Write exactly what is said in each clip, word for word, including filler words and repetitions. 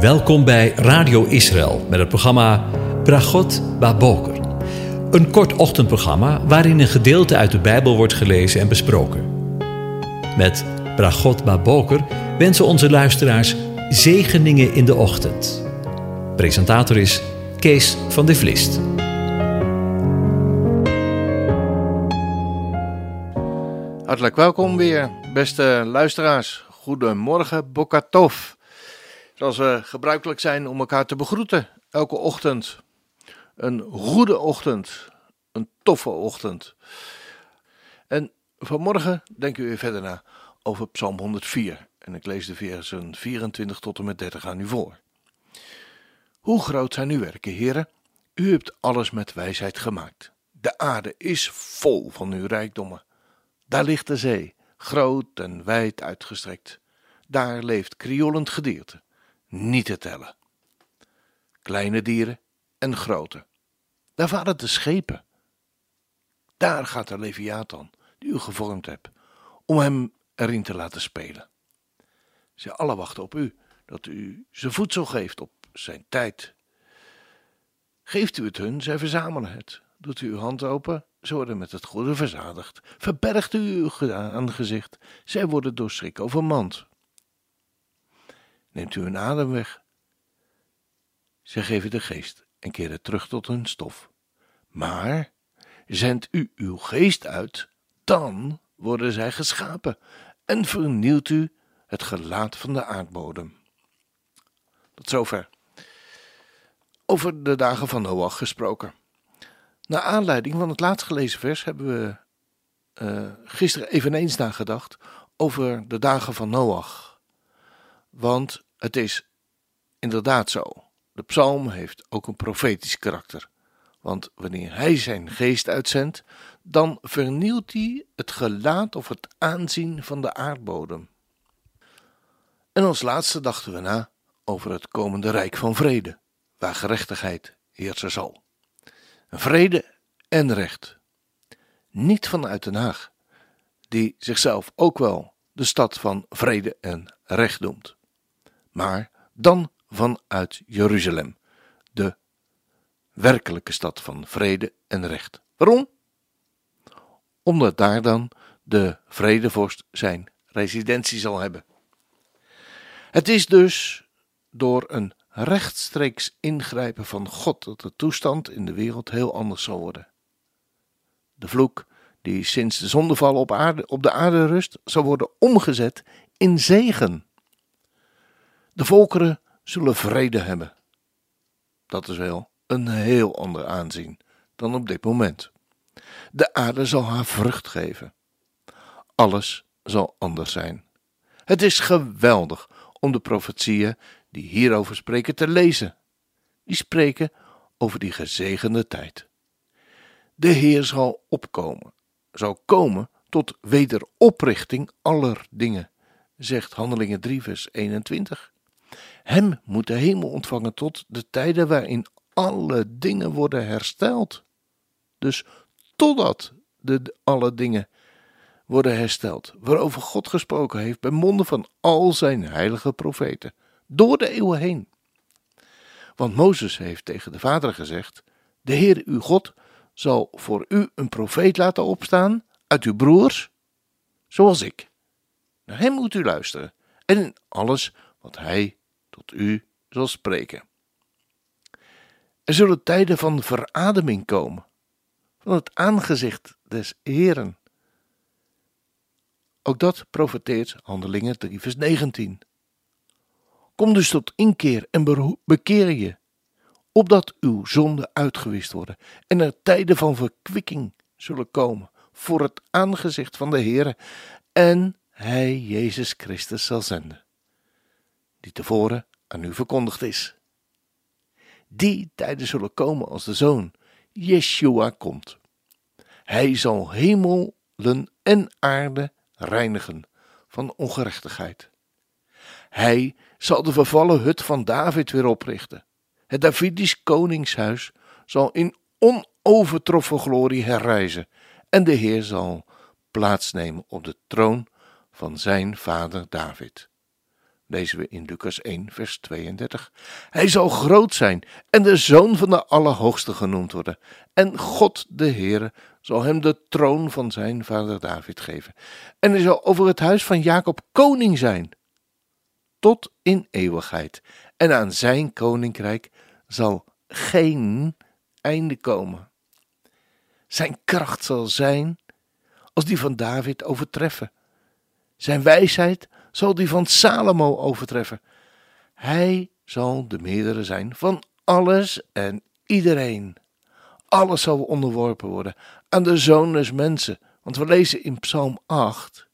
Welkom bij Radio Israël met het programma Bragot Baboker. Een kort ochtendprogramma waarin een gedeelte uit de Bijbel wordt gelezen en besproken. Met Bragot Baboker wensen onze luisteraars zegeningen in de ochtend. Presentator is Kees van de Vlist. Hartelijk welkom weer, beste luisteraars. Goedemorgen, Boker Tov. Zoals we gebruikelijk zijn om elkaar te begroeten, elke ochtend. Een goede ochtend, een toffe ochtend. En vanmorgen denken we weer verder na over Psalm honderdvier. En ik lees de versen vierentwintig tot en met dertig aan u voor. Hoe groot zijn uw werken, heren? U hebt alles met wijsheid gemaakt. De aarde is vol van uw rijkdommen. Daar ligt de zee, groot en wijd uitgestrekt. Daar leeft krioelend gedierte, niet te tellen. Kleine dieren en grote. Daar varen de schepen. Daar gaat de Leviathan, die u gevormd hebt, om hem erin te laten spelen. Ze alle wachten op u, dat u ze voedsel geeft op zijn tijd. Geeft u het hun, zij verzamelen het. Doet u uw hand open, ze worden met het goede verzadigd. Verbergt u uw aangezicht, zij worden door schrik overmand. Neemt u hun adem weg. Zij geven de geest en keren terug tot hun stof. Maar zendt u uw geest uit, dan worden zij geschapen en vernieuwt u het gelaat van de aardbodem. Tot zover. Over de dagen van Noach gesproken. Naar aanleiding van het laatst gelezen vers hebben we uh, gisteren eveneens nagedacht over de dagen van Noach. Want het is inderdaad zo. De psalm heeft ook een profetisch karakter. Want wanneer hij zijn geest uitzendt, dan vernieuwt hij het gelaat of het aanzien van de aardbodem. En als laatste dachten we na over het komende rijk van vrede, waar gerechtigheid heersen zal. Vrede en recht. Niet vanuit Den Haag, die zichzelf ook wel de stad van vrede en recht noemt. Maar dan vanuit Jeruzalem, de werkelijke stad van vrede en recht. Waarom? Omdat daar dan de vredevorst zijn residentie zal hebben. Het is dus door een rechtstreeks ingrijpen van God dat de toestand in de wereld heel anders zal worden. De vloek die sinds de zondeval op, aarde, op de aarde rust, zal worden omgezet in zegen. De volkeren zullen vrede hebben. Dat is wel een heel ander aanzien dan op dit moment. De aarde zal haar vrucht geven. Alles zal anders zijn. Het is geweldig om de profetieën die hierover spreken te lezen. Die spreken over die gezegende tijd. De Heer zal opkomen, zal komen tot wederoprichting aller dingen, zegt Handelingen drie vers eenentwintig. Hem moet de hemel ontvangen tot de tijden waarin alle dingen worden hersteld. Dus totdat de alle dingen worden hersteld, waarover God gesproken heeft bij monden van al zijn heilige profeten, door de eeuwen heen. Want Mozes heeft tegen de Vader gezegd: de Heer uw God zal voor u een profeet laten opstaan uit uw broers, zoals ik. Naar hem moet u luisteren en in alles wat hij tot u zal spreken. Er zullen tijden van verademing komen, van het aangezicht des Heeren. Ook dat profeteert Handelingen drie vers negentien. Kom dus tot inkeer en bekeer je, opdat uw zonden uitgewist worden en er tijden van verkwikking zullen komen voor het aangezicht van de Heere en hij Jezus Christus zal zenden, die tevoren aan u verkondigd is. Die tijden zullen komen als de Zoon, Yeshua, komt. Hij zal hemelen en aarde reinigen van ongerechtigheid. Hij zal de vervallen hut van David weer oprichten. Het Davidisch koningshuis zal in onovertroffen glorie herrijzen en de Heer zal plaatsnemen op de troon van zijn vader David. lezen we in Lucas één, vers tweeëndertig. Hij zal groot zijn en de Zoon van de Allerhoogste genoemd worden. En God de Heere zal hem de troon van zijn vader David geven. En hij zal over het huis van Jacob koning zijn, tot in eeuwigheid. En aan zijn koninkrijk zal geen einde komen. Zijn kracht zal zijn als die van David overtreffen. Zijn wijsheid zal die van Salomo overtreffen. Hij zal de meerdere zijn van alles en iedereen. Alles zal onderworpen worden aan de Zoon des mensen. Want we lezen in Psalm acht.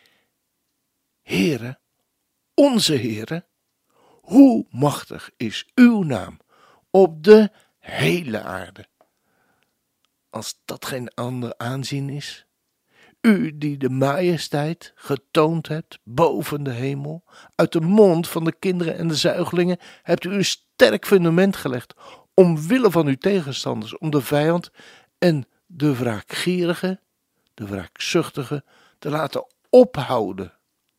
Heere, onze Heere, hoe machtig is uw naam op de hele aarde. Als dat geen ander aanzien is. U die de majesteit getoond hebt boven de hemel, uit de mond van de kinderen en de zuigelingen hebt u een sterk fundament gelegd, omwille van uw tegenstanders, om de vijand en de wraakgierige, de wraakzuchtige, te laten ophouden.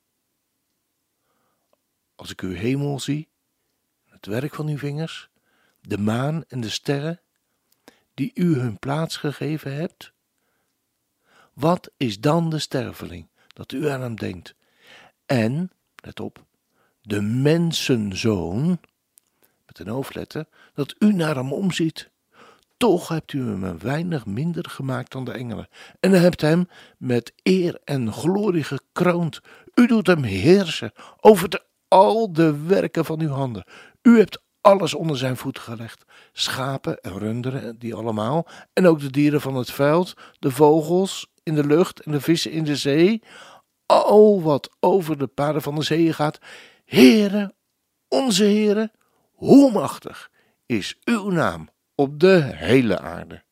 Als ik uw hemel zie, het werk van uw vingers, de maan en de sterren, die u hun plaats gegeven hebt, wat is dan de sterveling, dat u aan hem denkt? En, let op, de mensenzoon, met een hoofdletter, dat u naar hem omziet. Toch hebt u hem een weinig minder gemaakt dan de engelen. En hebt hem met eer en glorie gekroond. U doet hem heersen over de, al de werken van uw handen. U hebt alles onder zijn voeten gelegd. Schapen en runderen, die allemaal. En ook de dieren van het veld, de vogels in de lucht en de vissen in de zee. Al wat over de paden van de zee gaat. Heere, onze Heere, hoe machtig is uw naam op de hele aarde.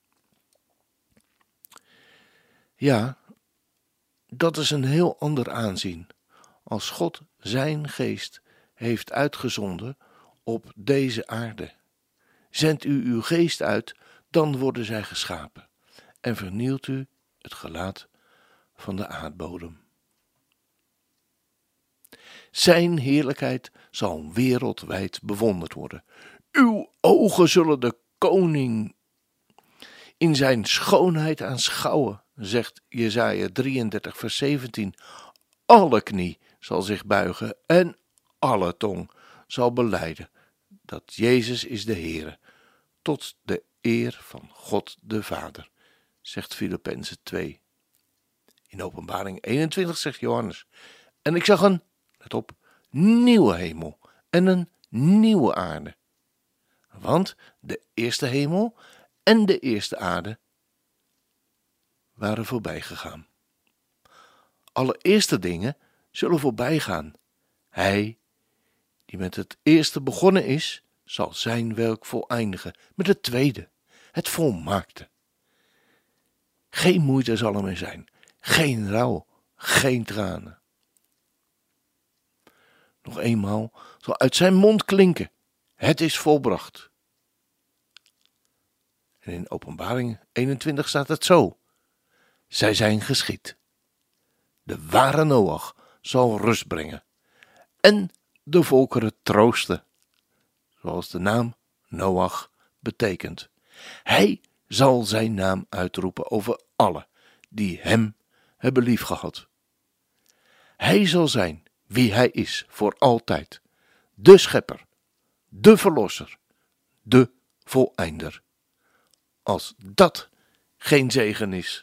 Ja, dat is een heel ander aanzien. Als God zijn geest heeft uitgezonden op deze aarde. Zendt u uw geest uit, dan worden zij geschapen. En vernielt u het gelaat van de aardbodem. Zijn heerlijkheid zal wereldwijd bewonderd worden. Uw ogen zullen de koning in zijn schoonheid aanschouwen, zegt Jesaja drieëndertig vers zeventien. Alle knie zal zich buigen en alle tong zal belijden dat Jezus is de Heere, tot de eer van God de Vader, zegt Filippenzen twee. In Openbaring eenentwintig zegt Johannes, en ik zag een, let op, nieuwe hemel en een nieuwe aarde. Want de eerste hemel en de eerste aarde waren voorbij gegaan. Alle eerste dingen zullen voorbij gaan. Hij die met het eerste begonnen is, zal zijn werk voleindigen met het tweede, het volmaakte. Geen moeite zal er meer zijn, geen rouw, geen tranen. Nog eenmaal zal uit zijn mond klinken, het is volbracht. En in Openbaring eenentwintig staat het zo, zij zijn geschied. De ware Noach zal rust brengen en de volkeren troosten, zoals de naam Noach betekent. Hij zal zijn naam uitroepen over alle die hem hebben liefgehad. Hij zal zijn wie hij is voor altijd, de schepper, de verlosser, de voleinder. Als dat geen zegen is.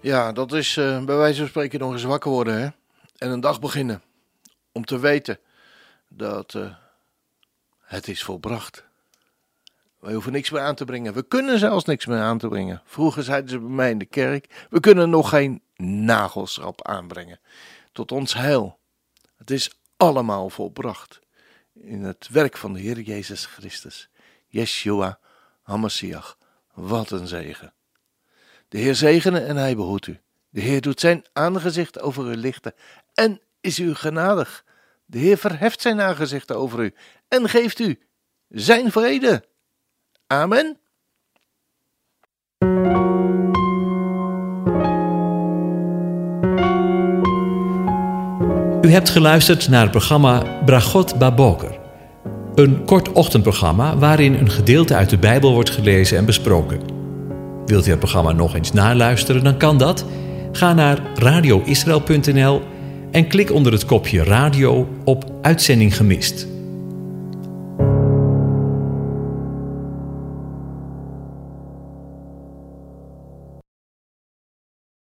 Ja, dat is uh, bij wijze van spreken nog eens wakker worden, hè? En een dag beginnen. Om te weten dat uh, het is volbracht. Wij hoeven niks meer aan te brengen. We kunnen zelfs niks meer aan te brengen. Vroeger zeiden ze bij mij in de kerk, we kunnen nog geen nagelschrap aanbrengen. Tot ons heil. Het is allemaal volbracht. In het werk van de Heer Jezus Christus. Yeshua HaMashiach. Wat een zegen. De Heer zegene en hij behoedt u. De Heer doet zijn aangezicht over u lichten en is u genadig. De Heer verheft zijn aangezicht over u en geeft u zijn vrede. Amen. U hebt geluisterd naar het programma Bragot Baboker. Een kort ochtendprogramma waarin een gedeelte uit de Bijbel wordt gelezen en besproken. Wilt u het programma nog eens naluisteren, dan kan dat. Ga naar radio israël punt n l en klik onder het kopje radio op Uitzending gemist.